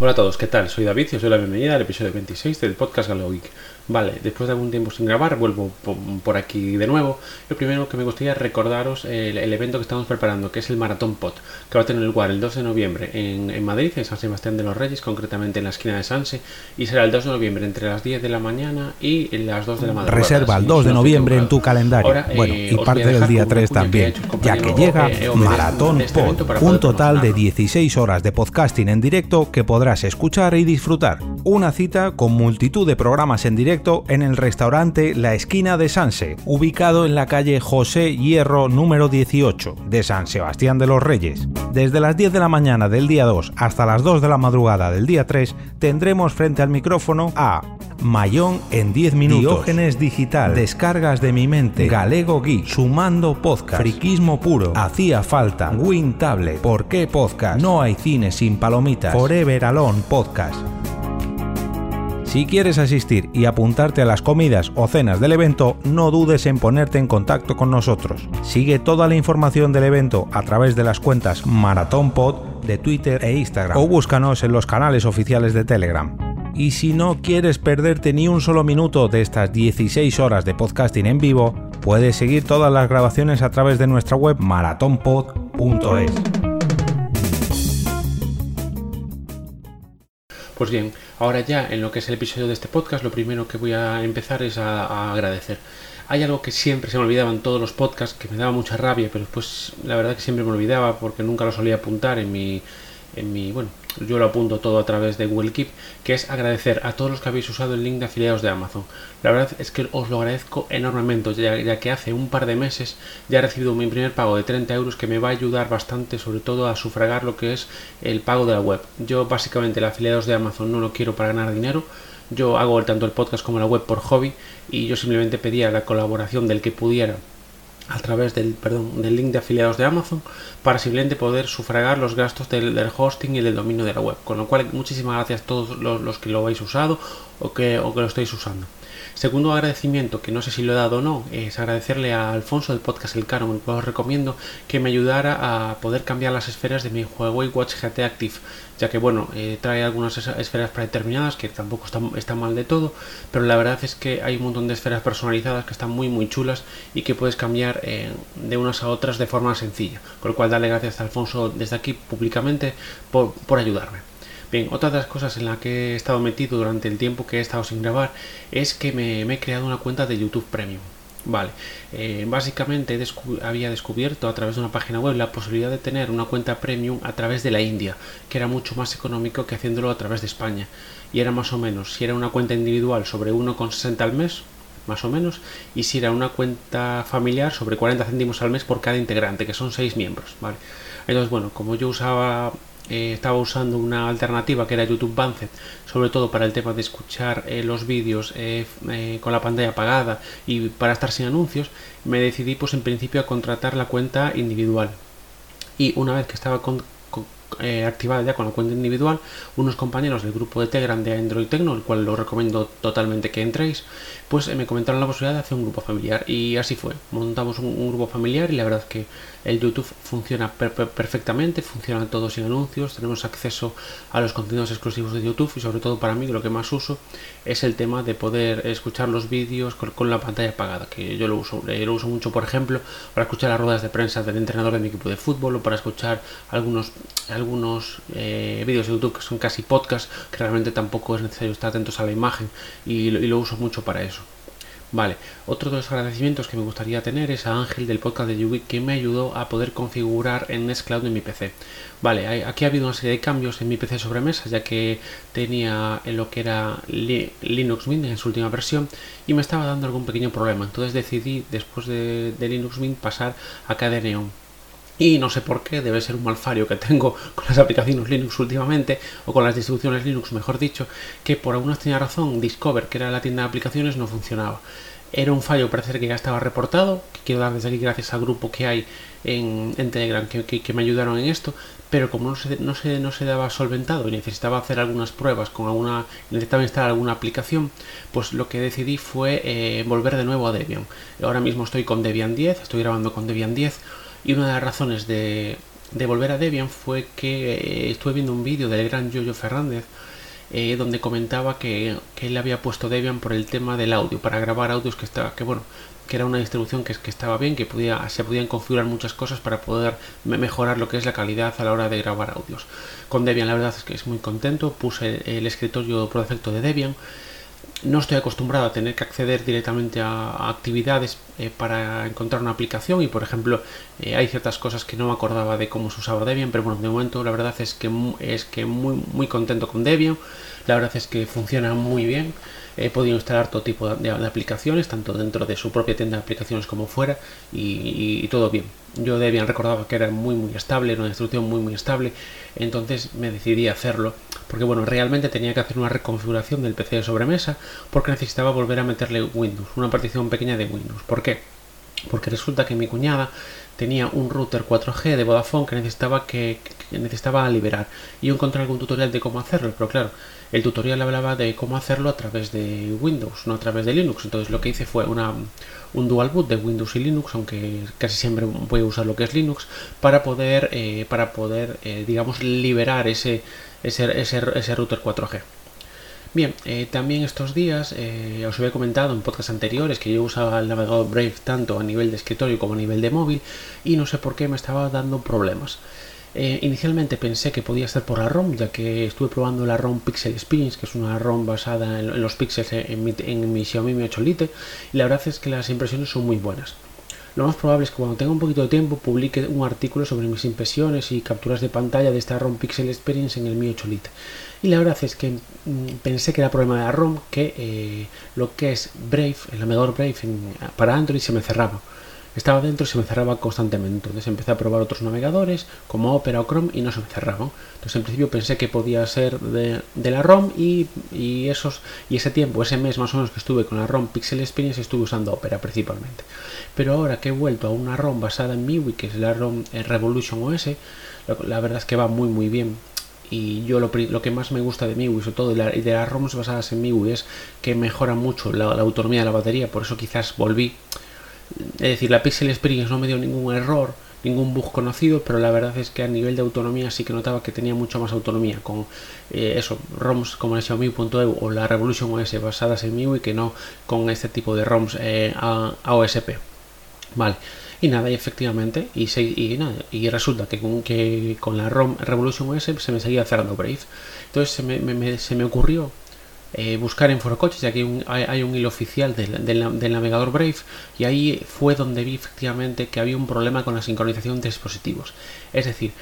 Hola a todos, ¿qué tal? Soy David y os doy la bienvenida al episodio 26 del podcast Galeo Geek. Vale, después de algún tiempo sin grabar, vuelvo por aquí de nuevo. Lo primero que me gustaría recordaros el evento que estamos preparando, que es el Maratón Pod, que va a tener lugar el 2 de noviembre en Madrid, en San Sebastián de los Reyes, concretamente en la esquina de Sanse, y será el 2 de noviembre entre las 10 de la mañana y las 2 de la madrugada. Reserva el 2 de noviembre en tu calendario. Ahora, y parte del día 3 también, ya que llega Maratón Pod, un total de 16 horas de podcasting en directo que podrás escuchar y disfrutar. Una cita con multitud de programas en directo en el restaurante La Esquina de Sanse, ubicado en la calle José Hierro número 18 de San Sebastián de los Reyes. Desde las 10 de la mañana del día 2 hasta las 2 de la madrugada del día 3 tendremos frente al micrófono a Mayón en 10 minutos, Diógenes Digital, Descargas de mi mente, Galego Geek, Sumando Podcast, Friquismo Puro, Hacía Falta, Win Tablet, ¿Por qué Podcast? No hay cine sin palomitas, Forever Alone Podcast. Si quieres asistir y apuntarte a las comidas o cenas del evento, no dudes en ponerte en contacto con nosotros. Sigue toda la información del evento a través de las cuentas Maratón Pod de Twitter e Instagram o búscanos en los canales oficiales de Telegram. Y si no quieres perderte ni un solo minuto de estas 16 horas de podcasting en vivo, puedes seguir todas las grabaciones a través de nuestra web maratonpod.es. Pues bien, ahora ya en lo que es el episodio de este podcast, lo primero que voy a empezar es a agradecer. Hay algo que siempre se me olvidaba en todos los podcasts, que me daba mucha rabia, pero después la verdad que siempre me olvidaba porque nunca lo solía apuntar en mi bueno, yo lo apunto todo a través de Google Keep, que es agradecer a todos los que habéis usado el link de afiliados de Amazon. La verdad es que os lo agradezco enormemente, ya que hace un par de meses ya he recibido mi primer pago de 30 euros que me va a ayudar bastante, sobre todo a sufragar lo que es el pago de la web. Yo básicamente el afiliados de Amazon no lo quiero para ganar dinero. Yo hago tanto el podcast como la web por hobby y yo simplemente pedía la colaboración del que pudiera a través del link de afiliados de Amazon para simplemente poder sufragar los gastos del hosting y del dominio de la web. Con lo cual, muchísimas gracias a todos los que lo habéis usado o que lo estáis usando. Segundo agradecimiento, que no sé si lo he dado o no, es agradecerle a Alfonso del podcast El Caro, el cual os recomiendo que me ayudara a poder cambiar las esferas de mi Huawei Watch GT Active, ya que bueno, trae algunas esferas predeterminadas que tampoco están mal de todo, pero la verdad es que hay un montón de esferas personalizadas que están muy chulas y que puedes cambiar de unas a otras de forma sencilla, con lo cual darle gracias a Alfonso desde aquí públicamente por ayudarme. Bien, otra de las cosas en la que he estado metido durante el tiempo que he estado sin grabar es que me he creado una cuenta de YouTube Premium. Vale, básicamente había descubierto a través de una página web la posibilidad de tener una cuenta Premium a través de la India, que era mucho más económico que haciéndolo a través de España. Y era más o menos, si era una cuenta individual, sobre 1,60 al mes, más o menos, y si era una cuenta familiar, sobre 40 céntimos al mes por cada integrante, que son 6 miembros. Vale, entonces bueno, como yo estaba usando una alternativa que era YouTube Bandcamp, sobre todo para el tema de escuchar los vídeos con la pantalla apagada y para estar sin anuncios, me decidí pues en principio a contratar la cuenta individual. Y una vez que estaba activada ya con la cuenta individual, unos compañeros del grupo de Telegram de Android Tecno, el cual lo recomiendo totalmente que entréis, pues me comentaron la posibilidad de hacer un grupo familiar y así fue. Montamos un grupo familiar y la verdad es que el YouTube funciona perfectamente, funciona todo sin anuncios, tenemos acceso a los contenidos exclusivos de YouTube y sobre todo para mí lo que más uso es el tema de poder escuchar los vídeos con la pantalla apagada, que yo lo uso mucho, por ejemplo, para escuchar las ruedas de prensa del entrenador de mi equipo de fútbol o para escuchar algunos vídeos de YouTube que son casi podcasts, que realmente tampoco es necesario estar atentos a la imagen y lo uso mucho para eso. Vale, otro de los agradecimientos que me gustaría tener es a Ángel del podcast de YouGeek, que me ayudó a poder configurar en Nextcloud en mi PC. Vale, aquí ha habido una serie de cambios en mi PC sobremesa, ya que tenía lo que era Linux Mint en su última versión y me estaba dando algún pequeño problema. Entonces decidí, después de Linux Mint, pasar a KDE Neon. Y no sé por qué, debe ser un malfario que tengo con las aplicaciones Linux últimamente, o con las distribuciones Linux, mejor dicho, que por alguna extraña razón Discover, que era la tienda de aplicaciones, no funcionaba. Era un fallo, parece que ya estaba reportado, que quiero dar desde aquí gracias al grupo que hay en Telegram que me ayudaron en esto, pero como no se daba solventado y necesitaba hacer algunas pruebas necesitaba instalar alguna aplicación, pues lo que decidí fue volver de nuevo a Debian. Ahora mismo estoy con Debian 10, estoy grabando con Debian 10, y una de las razones de de volver a Debian fue que estuve viendo un vídeo del gran Yoyo Fernández donde comentaba que él había puesto Debian por el tema del audio, para grabar audios que era una distribución que estaba bien, que se podían configurar muchas cosas para poder mejorar lo que es la calidad a la hora de grabar audios. Con Debian la verdad es que es muy contento, puse el escritorio por defecto de Debian. No estoy acostumbrado a tener que acceder directamente a actividades para encontrar una aplicación y, por ejemplo, hay ciertas cosas que no me acordaba de cómo se usaba Debian, pero bueno, de momento la verdad es que muy contento con Debian. La verdad es que funciona muy bien. He podido instalar todo tipo de aplicaciones, tanto dentro de su propia tienda de aplicaciones como fuera, y todo bien. Yo Debian recordaba que era muy estable, una distribución muy estable, entonces me decidí a hacerlo, porque bueno, realmente tenía que hacer una reconfiguración del PC de sobremesa, porque necesitaba volver a meterle Windows, una partición pequeña de Windows. ¿Por qué? Porque resulta que mi cuñada tenía un router 4G de Vodafone que necesitaba liberar, y yo encontré algún tutorial de cómo hacerlo, pero claro, el tutorial hablaba de cómo hacerlo a través de Windows, no a través de Linux. Entonces lo que hice fue un dual boot de Windows y Linux, aunque casi siempre voy a usar lo que es Linux, para poder digamos, liberar ese router 4G. Bien, también estos días os había comentado en podcasts anteriores que yo usaba el navegador Brave tanto a nivel de escritorio como a nivel de móvil, y no sé por qué me estaba dando problemas. Inicialmente pensé que podía ser por la ROM, ya que estuve probando la ROM Pixel Experience, que es una ROM basada en los píxeles en mi Xiaomi Mi 8 Lite, y la verdad es que las impresiones son muy buenas. Lo más probable es que cuando tenga un poquito de tiempo publique un artículo sobre mis impresiones y capturas de pantalla de esta ROM Pixel Experience en el Mi 8 Lite. Y la verdad es que pensé que era problema de la ROM, que lo que es Brave, el navegador Brave para Android, se me cerraba. Estaba dentro y se me cerraba constantemente. Entonces empecé a probar otros navegadores como Opera o Chrome y no se me cerraban. Entonces en principio pensé que podía ser de la ROM, y ese tiempo, ese mes más o menos que estuve con la ROM Pixel Experience, estuve usando Opera principalmente. Pero ahora que he vuelto a una ROM basada en MIUI, que es la ROM Revolution OS, la verdad es que va muy bien. Y yo lo que más me gusta de MIUI, sobre todo de las ROMs basadas en MIUI, es que mejora mucho la autonomía de la batería. Por eso quizás volví. Es decir, la Pixel Experience no me dio ningún error, ningún bug conocido, pero la verdad es que a nivel de autonomía sí que notaba que tenía mucho más autonomía con ROMs como el Xiaomi.eu o la Revolution OS basadas en MIUI, que no con este tipo de ROMs AOSP. Vale, y nada, y efectivamente, y resulta que con la ROM Revolution OS se me seguía cerrando Brave. Entonces se me ocurrió buscar en Forocoches, ya que hay un hilo oficial del navegador Brave, y ahí fue donde vi efectivamente que había un problema con la sincronización de dispositivos. Es decir,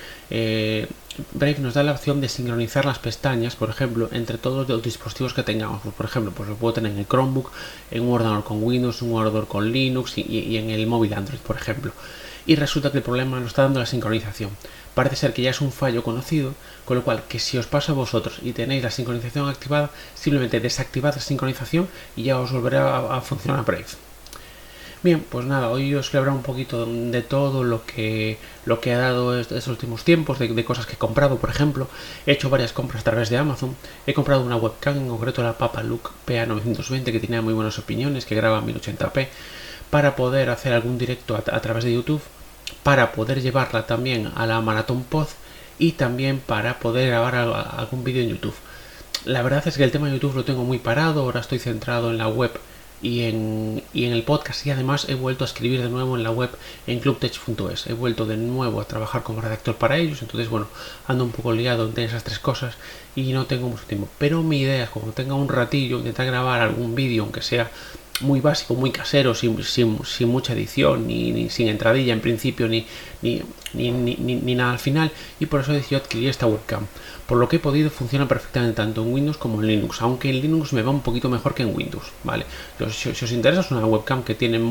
Brave nos da la opción de sincronizar las pestañas, por ejemplo, entre todos los dispositivos que tengamos. Pues, por ejemplo, lo puedo tener en el Chromebook, en un ordenador con Windows, un ordenador con Linux y en el móvil Android, por ejemplo. Y resulta que el problema lo está dando la sincronización. Parece ser que ya es un fallo conocido, con lo cual, que si os pasa a vosotros y tenéis la sincronización activada, simplemente desactivad la sincronización y ya os volverá a funcionar Brave. Bien, pues nada, hoy os voy a hablar un poquito de todo lo que ha dado estos últimos tiempos, de cosas que he comprado. Por ejemplo, he hecho varias compras a través de Amazon. He comprado una webcam, en concreto la Papalook PA920, que tenía muy buenas opiniones, que graba en 1080p, para poder hacer algún directo a través de YouTube, para poder llevarla también a la Maratón Pod y también para poder grabar algún vídeo en YouTube. La verdad es que el tema de YouTube lo tengo muy parado, ahora estoy centrado en la web y en el podcast, y además he vuelto a escribir de nuevo en la web en clubtech.es. He vuelto de nuevo a trabajar como redactor para ellos, entonces bueno, ando un poco liado entre esas tres cosas y no tengo mucho tiempo. Pero mi idea es, cuando tenga un ratillo, intentar grabar algún vídeo, aunque sea muy básico, muy casero, sin mucha edición, ni sin entradilla en principio, ni nada al final, y por eso he decidido adquirir esta webcam. Por lo que he podido, funciona perfectamente tanto en Windows como en Linux, aunque en Linux me va un poquito mejor que en Windows, ¿vale? Si os interesa, es una webcam que tiene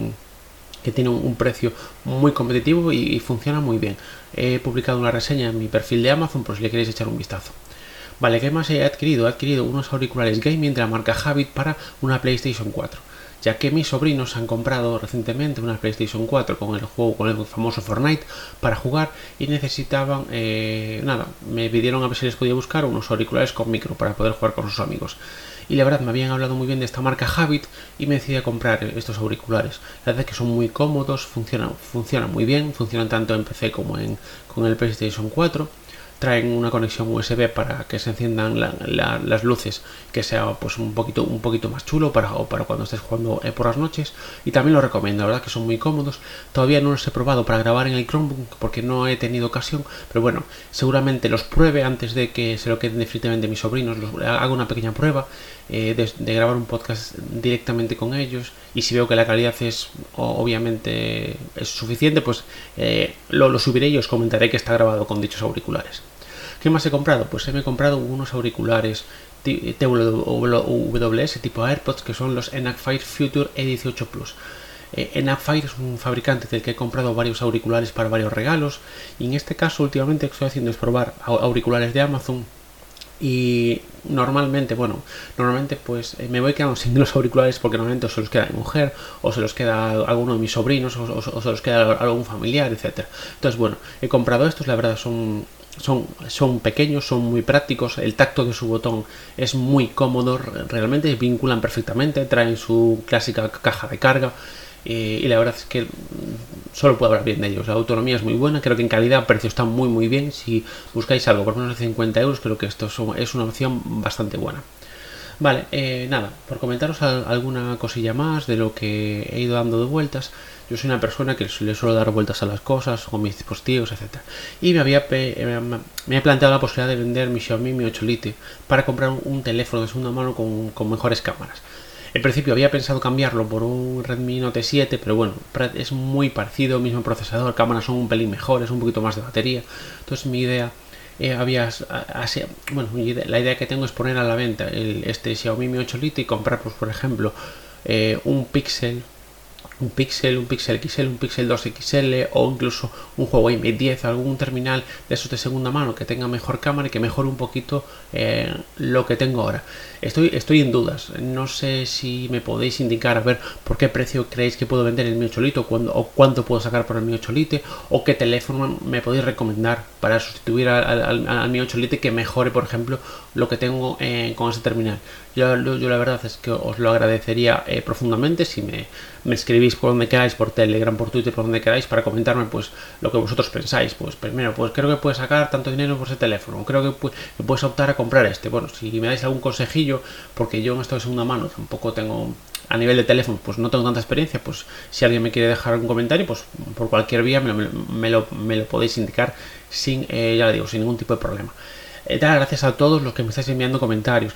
un precio muy competitivo y funciona muy bien. He publicado una reseña en mi perfil de Amazon por si le queréis echar un vistazo. Vale, ¿qué más he adquirido? He adquirido unos auriculares gaming de la marca Habit para una PlayStation 4, ya que mis sobrinos han comprado recientemente una PlayStation 4 con el famoso Fortnite para jugar, y necesitaban, me pidieron a ver si les podía buscar unos auriculares con micro para poder jugar con sus amigos. y la verdad me habían hablado muy bien de esta marca Habit y me decidí a comprar estos auriculares. La verdad es que son muy cómodos, funcionan muy bien, funcionan tanto en PC como con el PlayStation 4. Traen una conexión USB para que se enciendan las luces, que sea pues un poquito más chulo para cuando estés jugando por las noches, y también lo recomiendo, la verdad que son muy cómodos. Todavía no los he probado para grabar en el Chromebook porque no he tenido ocasión, pero bueno, seguramente los pruebe antes de que se lo queden definitivamente mis sobrinos. Hago una pequeña prueba de grabar un podcast directamente con ellos, y si veo que la calidad es obviamente es suficiente, pues lo subiré y os comentaré que está grabado con dichos auriculares. ¿Qué más he comprado? Pues me he comprado unos auriculares TWS tipo AirPods, que son los Enac-Fire Future E18 Plus. Enac-Fire es un fabricante del que he comprado varios auriculares para varios regalos, y en este caso últimamente lo que estoy haciendo es probar auriculares de Amazon. Y normalmente pues me voy quedando sin los auriculares porque normalmente o se los queda mi mujer, o se los queda alguno de mis sobrinos, o se los queda algún familiar, etcétera. Entonces bueno, he comprado estos, la verdad son pequeños, son muy prácticos, el tacto de su botón es muy cómodo, realmente vinculan perfectamente, traen su clásica caja de carga. Y la verdad es que solo puedo hablar bien de ellos. La autonomía es muy buena, creo que en calidad-precio está muy bien. Si buscáis algo por menos de 50 euros, creo que esto es una opción bastante buena. Vale, nada, por comentaros alguna cosilla más de lo que he ido dando de vueltas. Yo soy una persona que le suelo dar vueltas a las cosas con mis dispositivos, etcétera. Y me he planteado la posibilidad de vender mi Xiaomi Mi 8 Lite para comprar un teléfono de segunda mano con mejores cámaras. En principio había pensado cambiarlo por un Redmi Note 7, pero bueno, es muy parecido, mismo procesador, cámaras son un pelín mejores, un poquito más de batería. Entonces mi idea la idea que tengo es poner a la venta este Xiaomi Mi 8 Lite y comprar, pues por ejemplo, un Pixel XL, un Pixel 2 XL, o incluso un Huawei Mate 10, algún terminal de esos de segunda mano que tenga mejor cámara y que mejore un poquito lo que tengo ahora. Estoy en dudas, no sé si me podéis indicar a ver por qué precio creéis que puedo vender el Mi 8 Lite, o cuánto puedo sacar por el Mi 8 Lite, o qué teléfono me podéis recomendar para sustituir al Mi 8 Lite que mejore, por ejemplo, lo que tengo con ese terminal. Yo la verdad es que os lo agradecería profundamente si me escribís por donde queráis, por Telegram, por Twitter, por donde queráis, para comentarme pues lo que vosotros pensáis. Pues primero, pues creo que puedes sacar tanto dinero por ese teléfono, creo que puedes optar a comprar este. Bueno, si me dais algún consejillo, porque yo en esto de segunda mano tampoco tengo, a nivel de teléfono, pues no tengo tanta experiencia, pues si alguien me quiere dejar algún comentario, pues por cualquier vía me lo podéis indicar sin ningún tipo de problema. Gracias a todos los que me estáis enviando comentarios,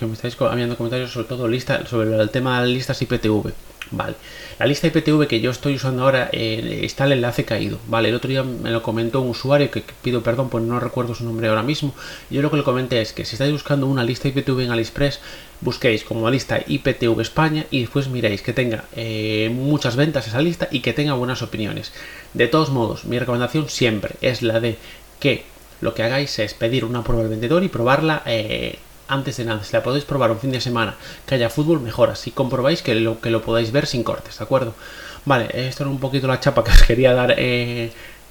sobre todo sobre el tema de las listas IPTV. Vale, la lista IPTV que yo estoy usando ahora está el enlace caído. Vale, el otro día me lo comentó un usuario que pido perdón, pues no recuerdo su nombre ahora mismo. Yo lo que le comenté es que si estáis buscando una lista IPTV en AliExpress, busquéis como lista IPTV España y después miréis que tenga muchas ventas esa lista y que tenga buenas opiniones. De todos modos, mi recomendación siempre es la de que lo que hagáis es pedir una prueba al vendedor y probarla antes de nada. Si la podéis probar un fin de semana que haya fútbol, mejor, así comprobáis que lo podáis ver sin cortes, ¿de acuerdo? Vale, esto era un poquito la chapa que os quería dar en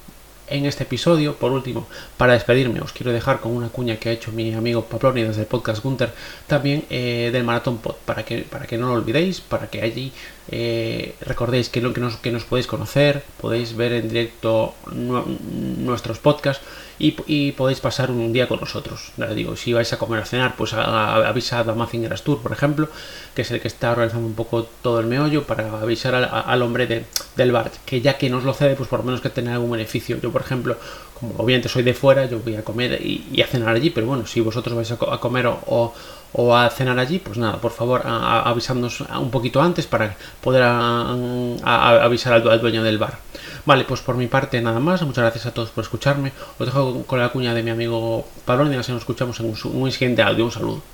este episodio. Por último, para despedirme, os quiero dejar con una cuña que ha hecho mi amigo Paploni desde el podcast Gunter, también del Maratón Pod, para que no lo olvidéis, para que allí recordéis que nos podéis conocer, podéis ver en directo nuestros podcasts y podéis pasar un día con nosotros. Les digo, si vais a comer o cenar, pues avisad a Mazinger Tour, por ejemplo, que es el que está organizando un poco todo el meollo, para avisar al hombre del bar, que ya que nos lo cede, pues por lo menos que tenga algún beneficio. Yo, por ejemplo, como obviamente soy de fuera, yo voy a comer y a cenar allí, pero bueno, si vosotros vais a comer o a cenar allí, pues nada, por favor avisadnos un poquito antes para poder avisar al dueño del bar. Vale, pues por mi parte nada más, muchas gracias a todos por escucharme. Os dejo con la cuña de mi amigo Pablo y nos escuchamos en un siguiente audio. Un saludo.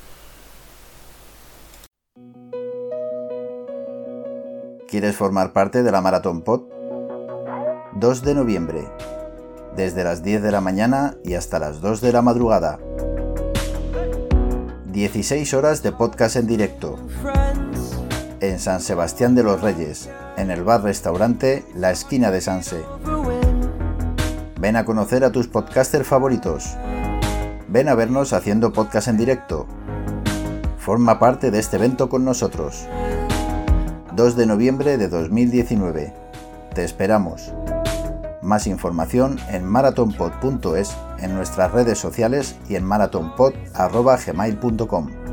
¿Quieres formar parte de la Maratón Pod? 2 de noviembre, desde las 10 de la mañana y hasta las 2 de la madrugada. 16 horas de podcast en directo. En San Sebastián de los Reyes, en el bar-restaurante La Esquina de Sanse. Ven a conocer a tus podcasters favoritos. Ven a vernos haciendo podcast en directo. Forma parte de este evento con nosotros. 2 de noviembre de 2019. Te esperamos. Más información en marathonpod.es, en nuestras redes sociales y en marathonpod@gmail.com.